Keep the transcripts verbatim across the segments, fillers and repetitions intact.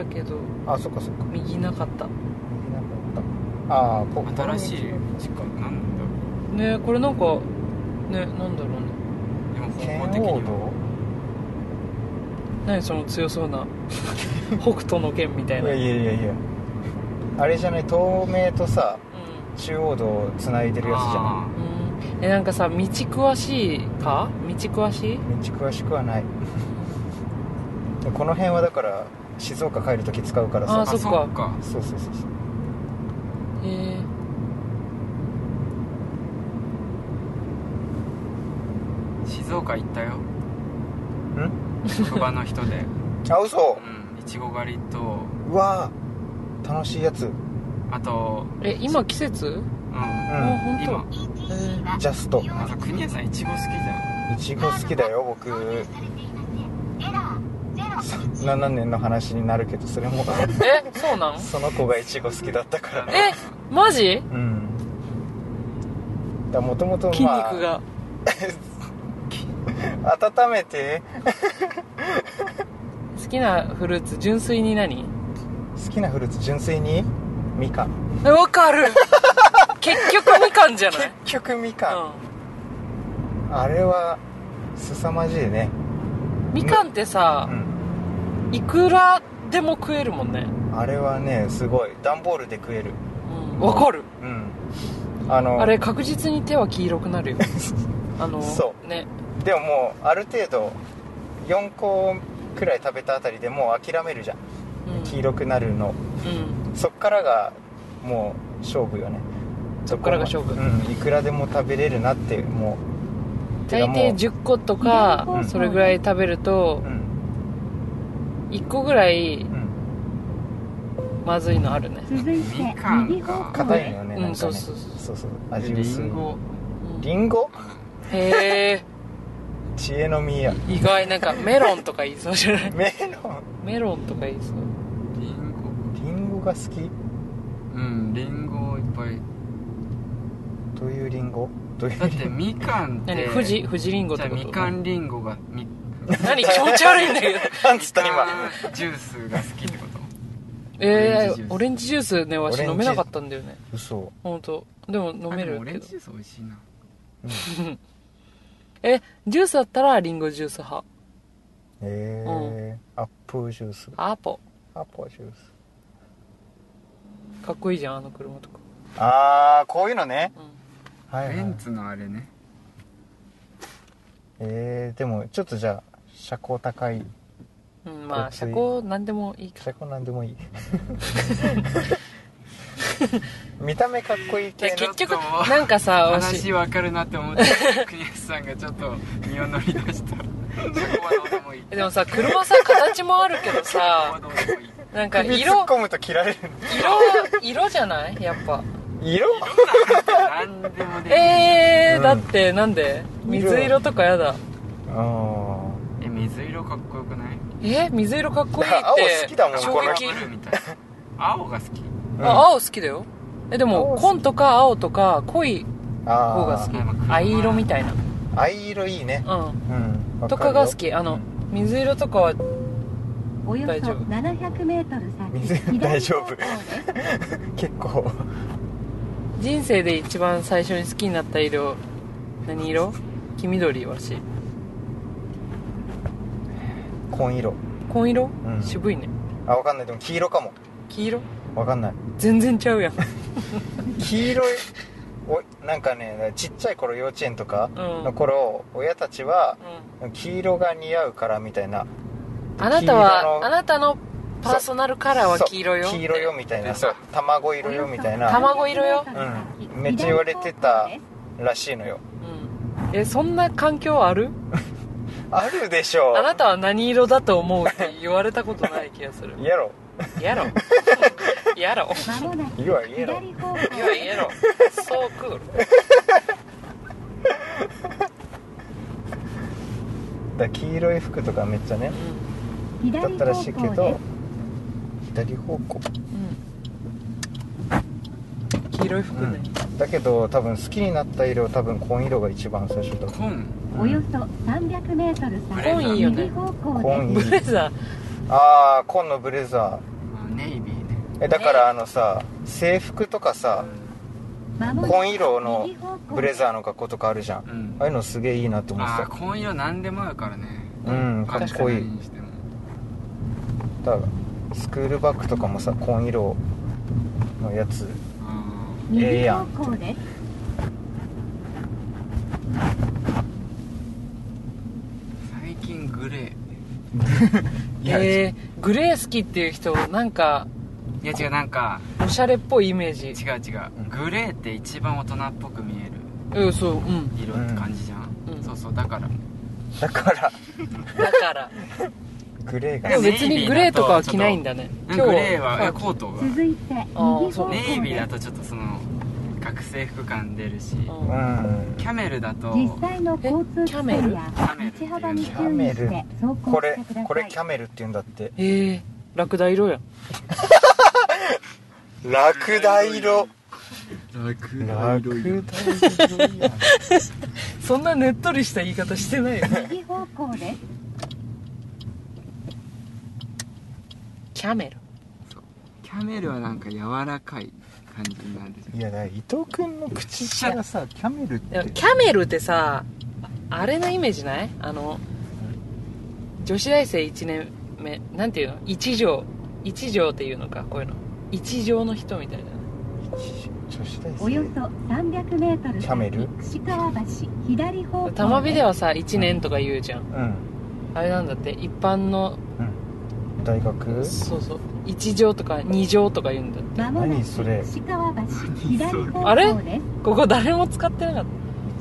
たけど、 あ、そっかそっか、 右なかった。 右なかった。ああ、ここ新しい地下なんだろうね。これなんかね、なんだろうね。 う。でも剣方法的には王道。 何その強そうな北斗の剣みたいな。 いやいやいやいや、あれじゃない、東名とさう中央道をつないでるやつじゃない。 ん、うん、え、なんかさ、道詳しいか？道詳しい？ 道詳しくはないこの辺はだから静岡帰るとき使うからさ。 あ、そっか。 か。 そうそうそうそう。 へえ。 静岡行ったよ。 ん？ 職場の人で。 あ、嘘。 うん。いちご狩りと、 うわー、楽しいやつ。 あと、 え、今季節？ うん。 うあ、ほんと。 今。 へん、ジャスト。 なんか国谷さんいちご好きじゃん。 いちご好きだよ僕。ななねんの話になるけど、それもえ。え、そうなん？ その子がいちご好きだったからね。 え、マジ？ うん。だもともと筋まあ肉が温めて好きなフルーツ純粋に何？ 好きなフルーツ純粋にみかん。 え、わかる結局みかんじゃない？ 結局みかん、 うあれは凄まじいね。 ん、みかんってさ、 うん、 いくらでも食えるもんね。 あれはねすごい段ボールで食える。 うん、わかる。 うん、あのあれ確実に手は黄色くなるよあのそうね。 でももうある程度よんこくらい食べたあたりでもう諦めるじゃん、うん、黄色くなるの、うん、そっからがもう勝負よね。 そっからが勝負。 うん、いくらでも食べれるなってもう大抵じゅっことか、うん、それぐらい食べると、うん、いっこぐらい、うん、まずいのあるね。 みかんか硬いのよね、なんかね、 うん、そうそうそうそうそう、味薄い。 リンゴ。 リンゴ？ へえ知恵の実や。 意外。なんかメロンとか言いそうじゃない？ メロンメロンとか言いそう。 リンゴ。 リンゴが好き？ うん、リンゴいっぱい。 どういうリンゴ？どういうだってみかんって何？富士富士リンゴってこと？ じゃあみかんリンゴがみ何気持ち悪いんだけどなんつった今？ ジュースが好きってこと？ えー、オレンジジュースね、わし飲めなかったんだよね。 嘘。 ほんと。でも飲めるけど。 オレンジジュース美味しいな、 うん、え、ジュースだったらリンゴジュース派。 えー、うん、アップルジュース。 アポアポジュースかっこいいじゃん、あの車とか。 あー、こういうのね、 うん、はいはい、ベンツのあれね。 えー、でもちょっとじゃあ車高高い。 うん、まあ車高なんでもいいか。 車高なんでもいい見た目かっこいい系の。 結局なんかさ、 話分かるなって思って国安さんがちょっと身を乗り出した車高はどうでもいい。 でもさ、車さ形もあるけどさなんか色首突っ込むと切られる。 色色じゃない？やっぱ色？ なんでもでえー、うん、だってなんで水色とかやだ。 あえ、水色かっこよくない？ え、水色かっこいいって。 青好きだもん、 衝撃。 青が好き。 うん、あ、青好きだよ。え、でも紺とか青とか濃い方が好き。藍色みたいな。 藍色いいね。 うん、うん、とかが好き。あの、うん、水色とかは大丈夫。 ななひゃくメートル先。水大丈夫結構人生で一番最初に好きになった色何色？黄緑。わし紺色。 紺色、 うん、 渋いね。 あ、わかんない。でも黄色かも。 黄色？ わかんない。 全然ちゃうやん黄色いお、なんかね、ちっちゃい頃幼稚園とかの頃、うん、親たちは、うん、黄色が似合うからみたいな。 あなたはあなたのパーソナルカラーは黄色よ。 黄色よみたいな。そう、卵色よみたいな。 卵色よ。 うん。めっちゃ言われてたらしいのよ。 うん。え、そんな環境ある？ あるでしょう。 あなたは何色だと思うって言われたことない気がする。 イエロー。イエロー。イエロー。You are yellow. You are yellow. So cool. だ黄色い服とかめっちゃね、うん、だったらしいけど、左方向。 うん。黄色い服ね、 うん。だけど多分好きになった色多分紺色が一番最初だ。 紺。 およそさんびゃくメートル先。 紺いいよね。 紺いい。 ブレザーああ紺のブレザー、 あネイビーね。 えだからあのさ制服とかさ紺色のブレザーの格好とかあるじゃん、うん、ああいうのすげえいいなと思ってた。 あ紺色なんでもあるからね。 うんかっこいい。だからスクールバッグとかもさ紺色のやつええやん。 最近グレーえー、グレー好きっていう人なんかいや違うなんかおしゃれっぽいイメージ。 違う違う、うん、グレーって一番大人っぽく見える、 うん、そう、うん、 色って感じじゃん、うん、そうそうだからだからだからグレーがでも別にグレーとかは着ないんだね。 今日グレーはコートが続いてあそうネイビーだとちょっとその学生服感出るし、うん、キャメルだと実際の交通規制や道幅に注意して走行これしてください。 これキャメルって言うんだって。 えー、ラクダ色やんラクダ色ラクダ色やんそんなねっとりした言い方してないよ右方向です。 キャメルキャメルはなんか柔らかい感じになる。 いやだから伊藤君の口からさキャメルってキャメルってさあれのイメージない？あの女子大生いちねんめなんていうの一条一条っていうのかこういうの一条の人みたいな。 女子大生およそさんびゃくメートルキャメル串川橋左方向たまびではさいちねんとか言うじゃん、 うん、 あれなんだって一般の、 うん、大学そうそういち条とかに条とか言うんだって。 何それ串川橋左方向あれです。 ここ誰も使ってなかった。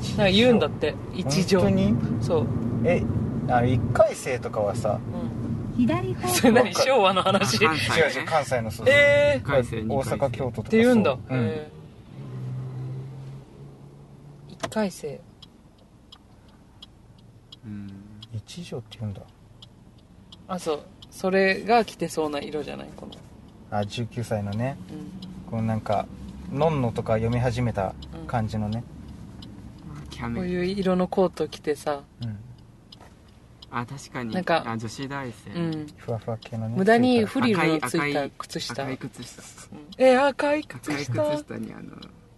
なんか言うんだって一条。 本当に？ そうえあのいっかい生とかはさ、 うん、 左方向それ何昭和の話？ 関西、ね、 違う違う関西のそうえー、 大阪京都とかって言うんだ、 うん、 えー、いっかい生うん一条って言うんだ。 あそうそれが着てそうな色じゃないこのあじゅうきゅうさいのね、 うん、 このなんかのんのとか読み始めた感じのね、 うん、キャメこういう色のコート着てさ、 うん、 あ確かになんかあ女子大生、 うん、 ふわふわ系のね無駄にフリルのついた靴下。 赤い靴下、 うん、え赤い靴下赤い靴下にあの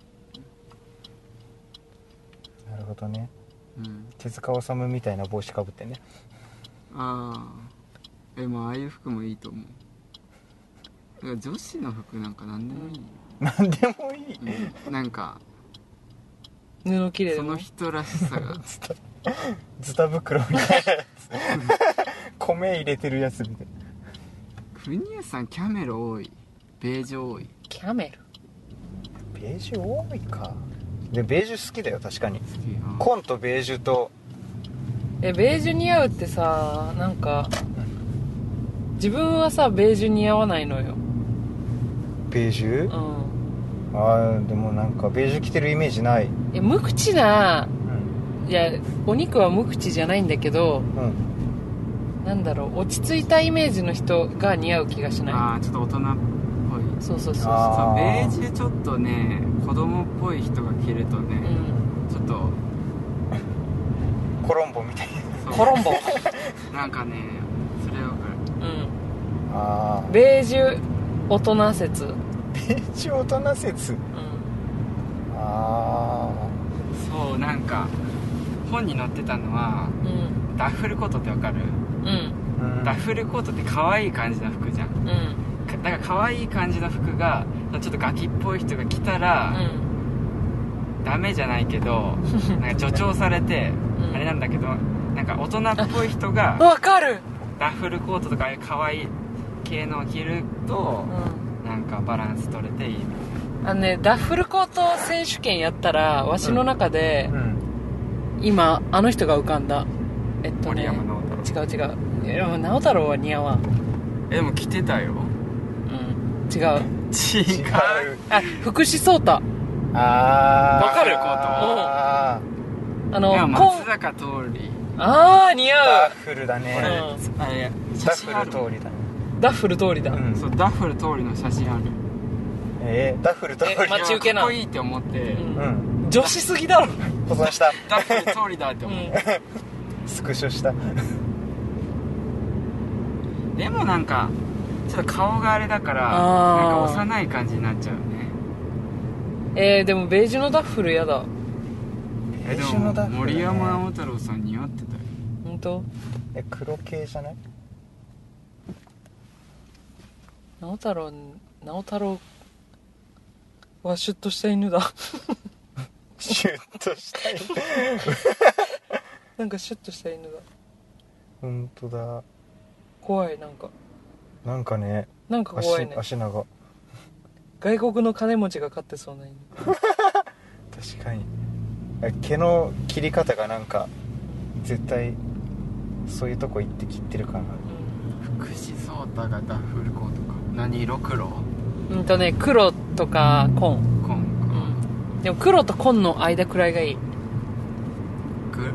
なるほどね、 うん、 手塚治虫みたいな帽子かぶってね。 ああえもうああいう服もいいと思う。だから女子の服なんか何でもいい、 何でもいい、 うん、なんか布切れでもその人らしさがズタズタ袋みたいなやつ米入れてるやつみたいな。 国安さんキャメル多いベージュ多い。 キャメルベージュ多いか。でベージュ好きだよ確かに。 好き。 紺とベージュとルえベージュ似合うってさなんか自分はさベージュ似合わないのよ。 ベージュ、 うん、 あーでもなんかベージュ着てるイメージない。 え無口な、 うん、 いやお肉は無口じゃないんだけど、うん、なんだろう落ち着いたイメージの人が似合う気がしない。 ああちょっと大人っぽい。 そうそうそうそう。 そうベージュちょっとね子供っぽい人が着るとね、うん、ちょっとコロンボみたいな。コロンボなんかねそれわかる。 うんあーベージュ大人説。 ベージュ大人説、うん、ああそうなんか本に載ってたのは、うん、ダッフルコートってわかる？ うん、 ダッフルコートって可愛い感じの服じゃん、うん、だから可愛い感じの服がちょっとガキっぽい人が着たら、うん、ダメじゃないけどなんか助長されて、うん、あれなんだけどなんか大人っぽい人がわかるダッフルコートとか可愛い系のを着ると、うん、なんかバランス取れていい。 あのねダッフルコート選手権やったらわしの中で、うんうん、今あの人が浮かんだ。えっとね森山直太郎。違う違う。いや直太郎は似合わん。 えでも着てたよ。 うん違う違うあ福士蒼太。 あわかるコート。 ああのいや松坂桃李。 ああ似合う。 ダッフルだね、 うん、あいやダッフル通りだね。 ダッフル通りだ、 うん、そうダッフル通りの写真ある。 えー、ダッフル通り待ち受けなかっこいいって思って、 うんうん、女子すぎだろ。 保存したダッフル通りだって思って、 うん、スクショしたでもなんかちょっと顔があれだからあーなんか幼い感じになっちゃうね。 えー、でもベージュのダッフルやだ。 えでベージュのダッもフルね森山直太朗さん似合ってたよ。 本当？ え黒系じゃない？ 直太朗直太朗はシュッとした犬だ。 シュッとしたいなんかシュッとした犬だ。 本当だ。 怖い。なんかなんかね、 なんか怖いね。 足足長。 外国の金持ちが飼ってそうな犬。 確かに毛の切り方がなんか絶対そういうとこ行って切ってるかな。 福士蒼汰がダッフルコートか。何色？黒？ うんとね、黒とか紺。 紺うん。でも黒と紺の間くらいがいい。 グ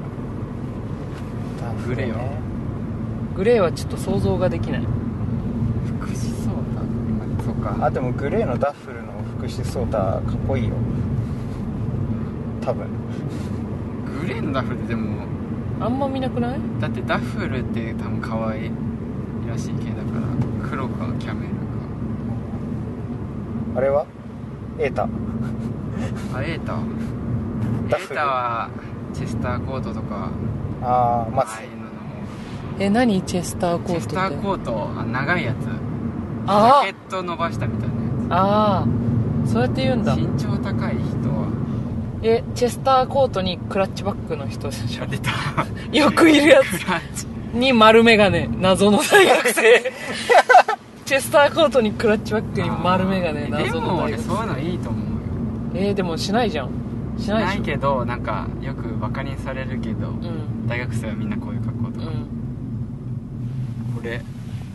ダフルねグレーはグレーはちょっと想像ができない。 福士蒼汰今そっか。 あでもグレーのダッフルの福士蒼汰かっこいいよ多分。 グレーのダッフルってでもあんま見なくない？ だってダッフルって多分可愛いらしい系だから黒かキャメルあれはエータか。あエータエダッフルータはチェスターコートとかああまああいうののえ、何チェスターコートって？ チェスターコートあ長いやつジあャケット伸ばしたみたいなああ、そうやって言うんだ。 やつ。身長高い人はえ、チェスターコートにクラッチバックの人でしょ？ 出たよくいるやクラッチつに丸メガネ、謎の大学生。チェスターコートにクラッチバックに丸メガネ、 で謎のも大学生。 俺そういうのいいと思うよ。 えー、でもしないじゃん。ししないでしょ。 ないけどなんかよくバカにされるけど、 うん大学生はみんなこういう格好とか、 うん。 これ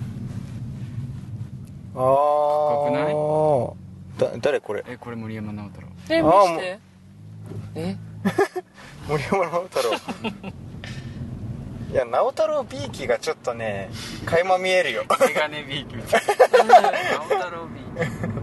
あこあだ誰これ？ えこれ森山直太朗。 え、見あーして。え森山直太朗いや直太朗ビーキがちょっとね垣間見えるよメガネビーキみたいな直太朗ビーキ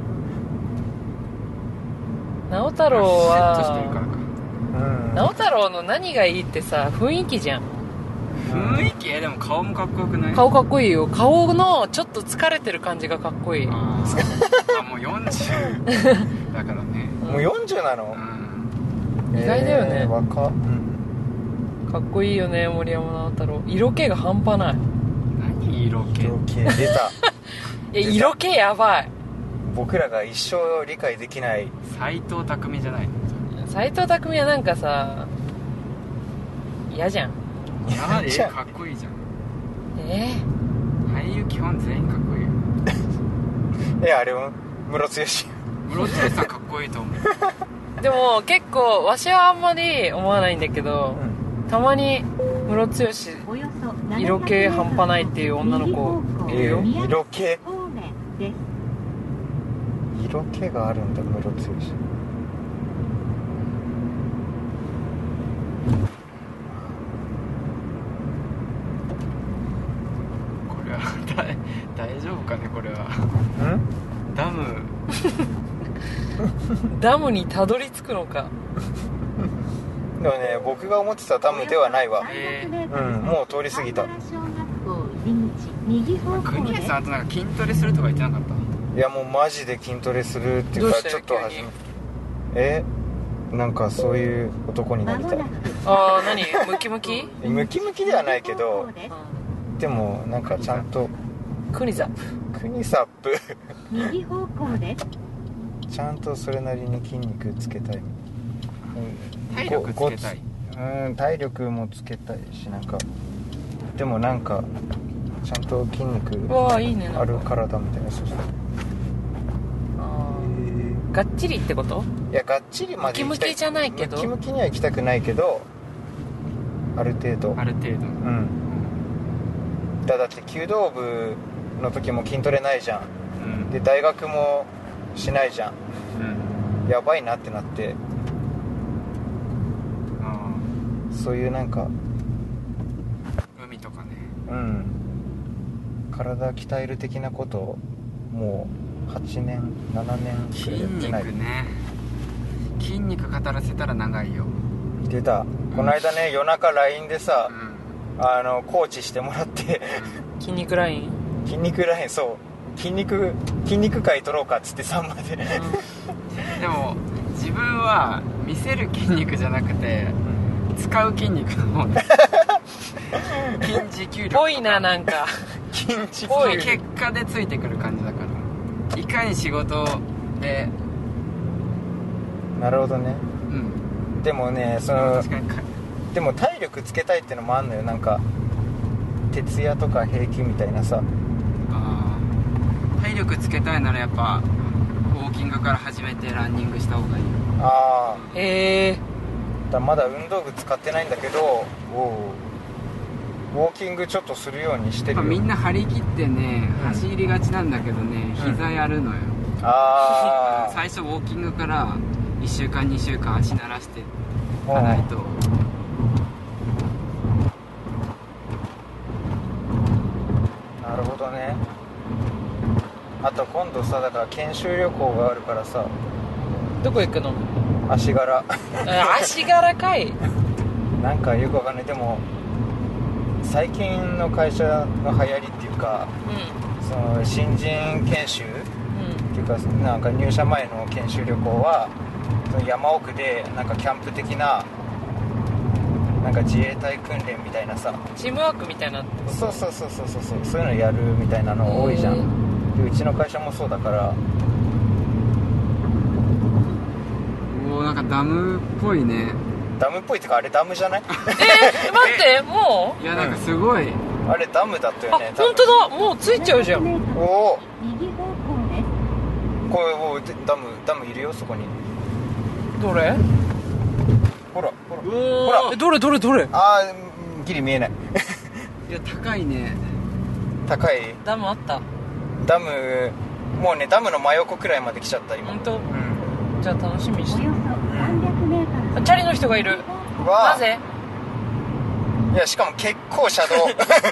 直太朗シュッとしてるからは、 か。 うん直太朗の何がいいってさ、雰囲気じゃん。 雰囲気えでも顔もかっこよくない？ 顔かっこいいよ。顔のちょっと疲れてる感じがかっこいい。 あーあもうよんじゅうだからね。 もうよんじゅうなのう？ん意外だよねえー若っ、 かっこいいよね、森山直太朗。色気が半端ない。 何色気？ 色気出たえ、色気やばい。 僕らが一生理解できない斎藤工じゃないの？ 斎藤工はなんかさ、嫌じゃん。 あえじゃあかっこいいじゃん。 え俳優基本全員かっこいいよ。 えあれはムロツヨシムロツヨシさんかっこいいと思う。 ー、でも結構、わしはあんまり思わないんだけど、たまにムロツヨシ色気半端ないっていう女の子いるよ。 色気色気があるんだムロツヨシ。 これは大大丈夫かねこれは。 んダムダムにたどり着くのか。 でもね僕が思ってたダムではないわ。 えうんもう通り過ぎた。 国枝さんあとなんか筋トレするとか言ってなかった？ いやもうマジで筋トレするっていうかどうしてちょっと急に始めえなんかそういう男になりたい。 ああ、何ムキムキ？ ムキムキではないけどうん。 でもなんかちゃんとクニザ。 クニサップ右方向です。 ちゃんとそれなりに筋肉つけたい、うん体力つけたい。 うん体力もつけたいしなんかでもなんかちゃんと筋肉うわあ、いいね。なんかある体みたいな。そうそうあーがっちりってこと？ いやがっちりまで行きたいムキムキじゃないけどムキムキには行きたくないけどある程度ある程度。 うんだだって弓道部の時も筋トレないじゃん。 うんで大学もしないじゃん。 うんやばいなってなってあそういうなんかー海とかね。 うん体鍛える的なことをもうはちねんななねんく筋らいやってない。 肉ね。筋肉語らせたら長いよ。 出たこの間ね夜中 ライン でさうんあのコーチしてもらって筋肉ライン筋肉ライン、そう筋肉筋肉界取ろうかっつってさんまで、うん、 でも自分は見せる筋肉じゃなくて、うん、使う筋肉の方で筋持久力ぽいな、なんか筋持久力結果でついてくる感じだから、いかに仕事で。 なるほどね、 うん、 でもね、その確かにかでも体力つけたいってのもあんのよ。なんか徹夜とか平気みたいなさ。 あ体力つけたいならやっぱウォーキングから始めてランニングした方がいい。 ああ、 へえ。 だまだ運動具使ってないんだけど、おウォーキングちょっとするようにしてるよ。 みんな張り切ってね、うん、走りがちなんだけどね、膝やるのよ、うん、 ああ最初ウォーキングからいっしゅうかんにしゅうかん足慣らしていかないと。 なるほどね。あと今度さ、だから研修旅行があるからさ。 どこ行くの？ 足柄足柄かい。 なんかよくわかんない。でも最近の会社の流行りっていうか、うん、その新人研修、うん、っていうかなんか入社前の研修旅行はその山奥でなんかキャンプ的ななんか自衛隊訓練みたいなさ、 チームワークみたいなってこと？ そうそうそうそうそうそう、そういうのやるみたいなの多いじゃん。でうちの会社もそうだから。 もうなんかダムっぽいね。 ダムっぽいってかあれダムじゃない？ えー、待ってもういやなんかすごい、 うん、あれダムだったよね。 あ、本当だ、もうついちゃうじゃん。 おお、これもうダムダムいるよそこに。 どれ？ ほらほらほら、え、どれどれどれ？ あーギリ見えない。 いや高いね。 高い？ ダムあった。 ダムもうね、ダムの真横くらいまで来ちゃった今。 本当？ うん。 じゃあ楽しみにして。うん、チャリの人がいる。なぜ？ いやしかも結構車道。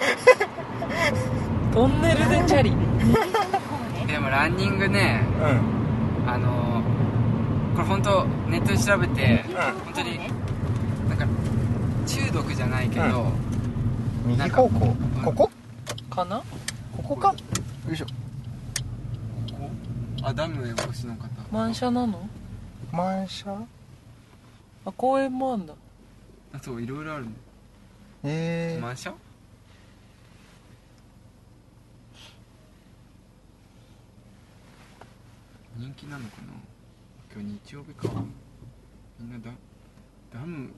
トンネルでチャリ。 でもランニングね、うん、あのこれ本当ネットで調べて、うん、本当になんか中毒じゃないけど、うん、 右方向ここかな、 ここか、よいしょ。 ここ、あ、ダムへお越しの方。 満車なの？ 満車？ あ、公園もあんだ。 あ、そう、いろいろあるね。 えー、 満車？人気なのかな。今日日曜日か。みんなダダム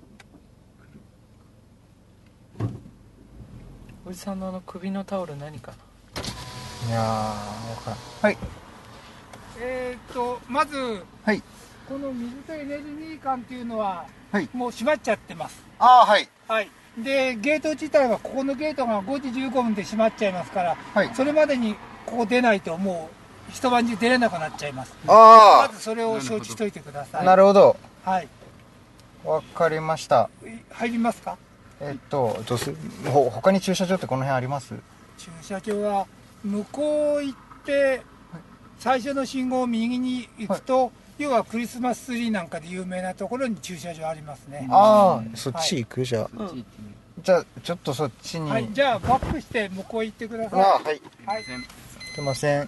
来る。 おじさんのあの首のタオル何かな。 いやー、分からん。はい。 えー、っとまず、 はい、 この水とエネルギー館っていうのは、 はい、 もう閉まっちゃってます。 ああ、はい、 はい、でゲート自体はここのゲートがごじじゅうごふんで閉まっちゃいますから、はい、それまでにここ出ないともう一晩中出れなくなっちゃいます。 ああ、 まずそれを承知しといてください。 なるほど、 はい、 わかりました。 入りますか？ えっとどうすほ他に駐車場ってこの辺あります？ 駐車場は向こう行って最初の信号を右に行くと、はい、要はクリスマスツリーなんかで有名なところに駐車場ありますね。 ああ、そっち行く、はい、じゃあ、うん、じゃあちょっとそっちに、 はい、じゃあバックして向こう行ってください。 ああ、はい、 はい、 すいません。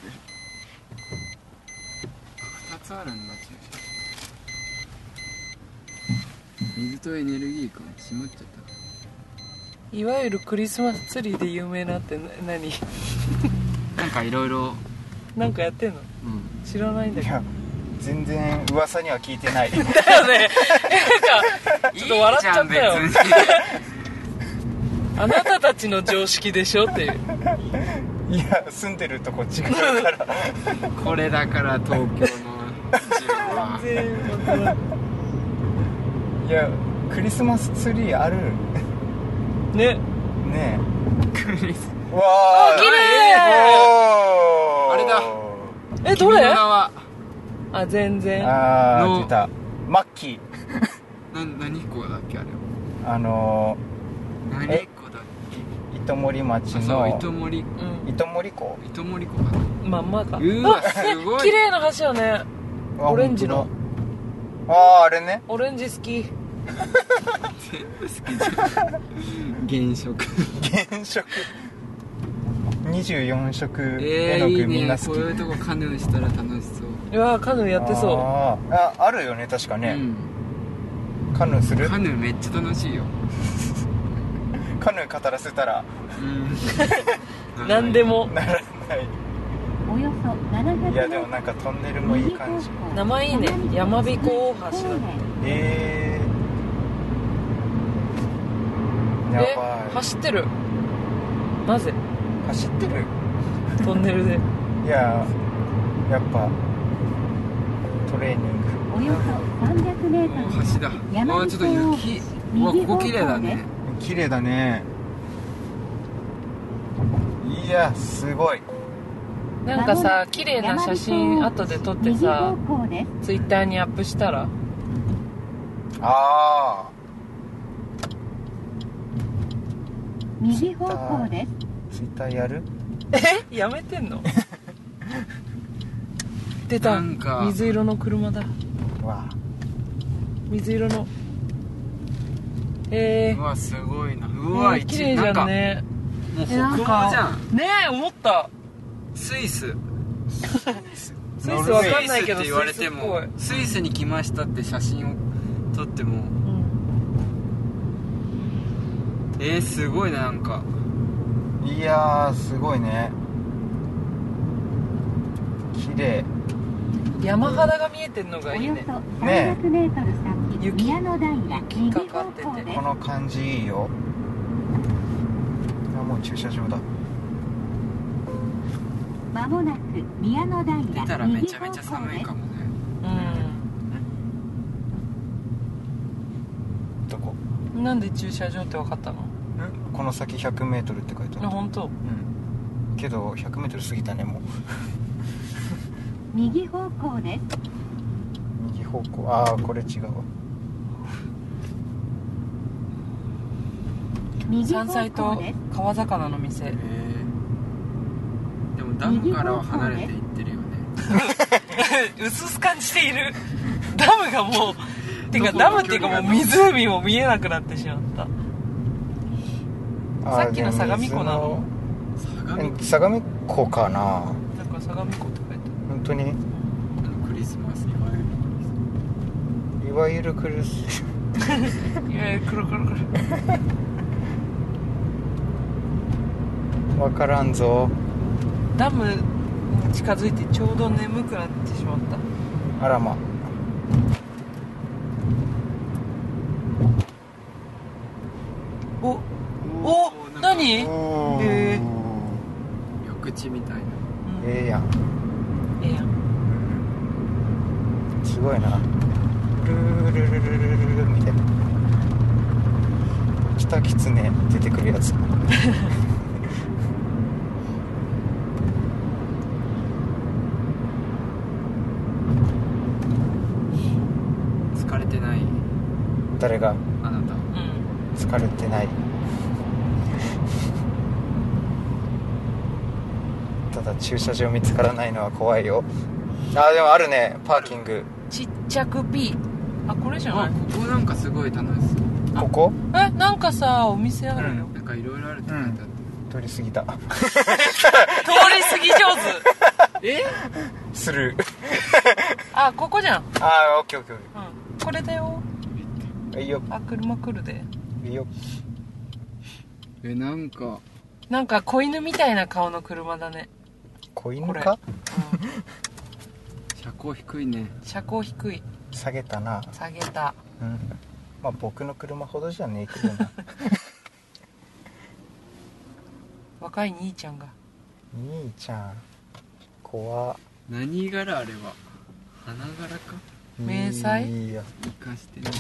ふたつあるんだ。水とエネルギーか閉まっちゃった。 いわゆるクリスマスツリーで有名なって何？ なんかいろいろなんかやってんの？うん、知らないんだけど。 全然噂には聞いてない。 だよね。なんかちょっと笑っちゃったよ。いいじゃん別に。あなたたちの常識でしょっていう。 いや、住んでるとこ違うから。 これだから東京の自分は。全然わからん。 いや、クリスマスツリーあるね。 ねえ。クリスわー、 綺麗。 あれだ。 え、どれ？ あ、 全然。 あー、出た。マッキー。な、何湖だっけあれ。 あのー、何湖だっけ？糸森町の。 糸森。 うん。糸森湖。 糸森湖かな。 まんまか。 うわ、すごい。 綺麗な橋よね。オレンジの。 あー、あれね。 オレンジ好き。 全部好きじゃん。原色。 原色。 にじゅうよん色えー、いい絵の具みんなね。 好き、 こういうとこカヌーしたら楽しそう。 うわカヌーやってそあーああるよね確かね、 うん、 カヌーするカヌーめっちゃ楽しいよ。 カヌー語らせたらうん何でもならない。 およそななひゃくいやでもなんかトンネルもいい感じ。 名前いいね。山彦大橋だって。 えー、やえばい。 走ってる。なぜ走ってる。 トンネルで。 いややっぱトレーニング。 およそさんびゃくメートル橋だ。うわちょっと雪。うわここ綺麗だね。 綺麗だね。いやすごい。 なんかさ綺麗な写真後で撮ってさツイッターにアップしたら。 ああ右方向です。 ツイッターやる？ えやめてんの？出た。 なんか水色の車だ。 わ水色のえー、 うわすごいな。うわ、 えー、綺麗じゃんね。 もう北欧じゃん。 ねえ思った。 スイススイスわかんないけどスイスって言われてもスイスに来ましたって写真を撮っても、うん、えー、すごいな。なんかいやーすごいね。綺麗。 山肌が見えてんのがいいね。 ね雪雪かかっててこの感じいいよ。あもう駐車場だ。 まもなく宮野平出たらめちゃめちゃ寒いかもね。 うんどこ？ なんで駐車場って分かったの？ この先 ひゃくメートル って書いてある。 あ本当。 うんけど ひゃくメートル 過ぎたねもう右方向です。 右方向。ああこれ違うわ。 山菜と川魚の店。 へーでもダムからは離れていってるよね。 薄々感じている。ダムがもうてかダムっていうかもう湖も見えなくなってしまった。さっきの相模湖なの？ 相模湖かな。 なんか相模湖って書いてある。 本当にクリスマスいわゆるクリスいわゆるクルクルクルわからんぞ。 ダムに近づいてちょうど眠くなってしまった。 あらま。 おお何？えー、 緑地みたいな。 ええやんええやん。 すごいな。ルールルルルルルルみたいな。北キツネ出てくるやつ。 疲れてない？ 誰が？ あなた。 うん。 疲れてない。ただ駐車場見つからないのは怖いよ。あでもあるねパーキング。 ちっちゃく P。あこれじゃない？ ここなんかすごい楽しそう。 ここ？ えなんかさお店あるよ。 なんかいろいろあるって書いてあって、 うん、通り過ぎた。 通り過ぎ上手。え？ する。 あここじゃん。 あオッケーオッケーオッケー。うんこれだよ。 ー。いいよ。 あ車来るで。 いいよ。 えなんかなんか子犬みたいな顔の車だね。 子犬か？うん、 車高低いね。 車高低い。 下げたな。 下げた。 うん。まあ僕の車ほどじゃねえけどな。 若い兄ちゃんが。 兄ちゃん。怖。 何柄あれは？花柄か？ 迷彩？ いいや。 生かしてる。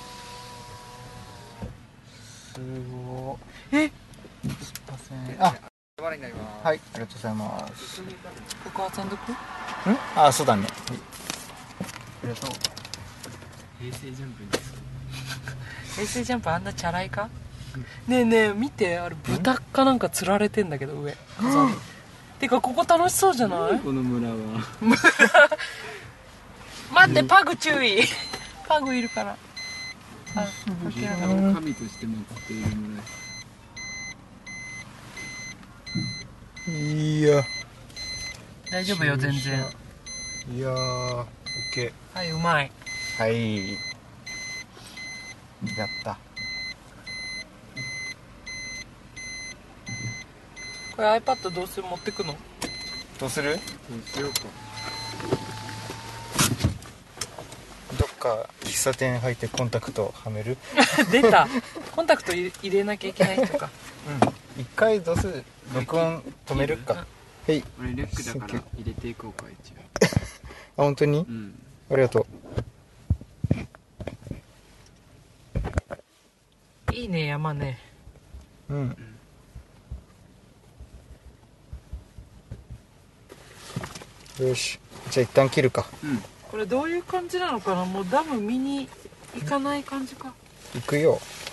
すごい。え？ すいません。あ。はい、ありがとうございます。 ここはサンドク？ ん？あ、そうだね。ありがとう。 平成ジャンプです。 平成ジャンプあんなチャラいか？ねえねえ見てあれ豚かなんか釣られてんだけど上。てかここ楽しそうじゃない？ この村は。 待ってパグ注意。パグいるから。あ、 神として祀っている村。 いや大丈夫よ全然。 いやー、オッケー。はい、うまい。 はい、やった。 これ iPad どうする？持ってくの？ どうする？ どうしようか。 どっか喫茶店入ってコンタクトはめる？ 出た。コンタクト入れなきゃいけない人か。 うん。一回どうする？録音止めるか。はい。 俺リュックだから入れていこうか一応。 あ、本当に？うん。ありがとう。いいね、山ね。 うん。よし、じゃあ一旦切るか。 うん。これどういう感じなのかな。もうダム見に行かない感じか。 行くよ。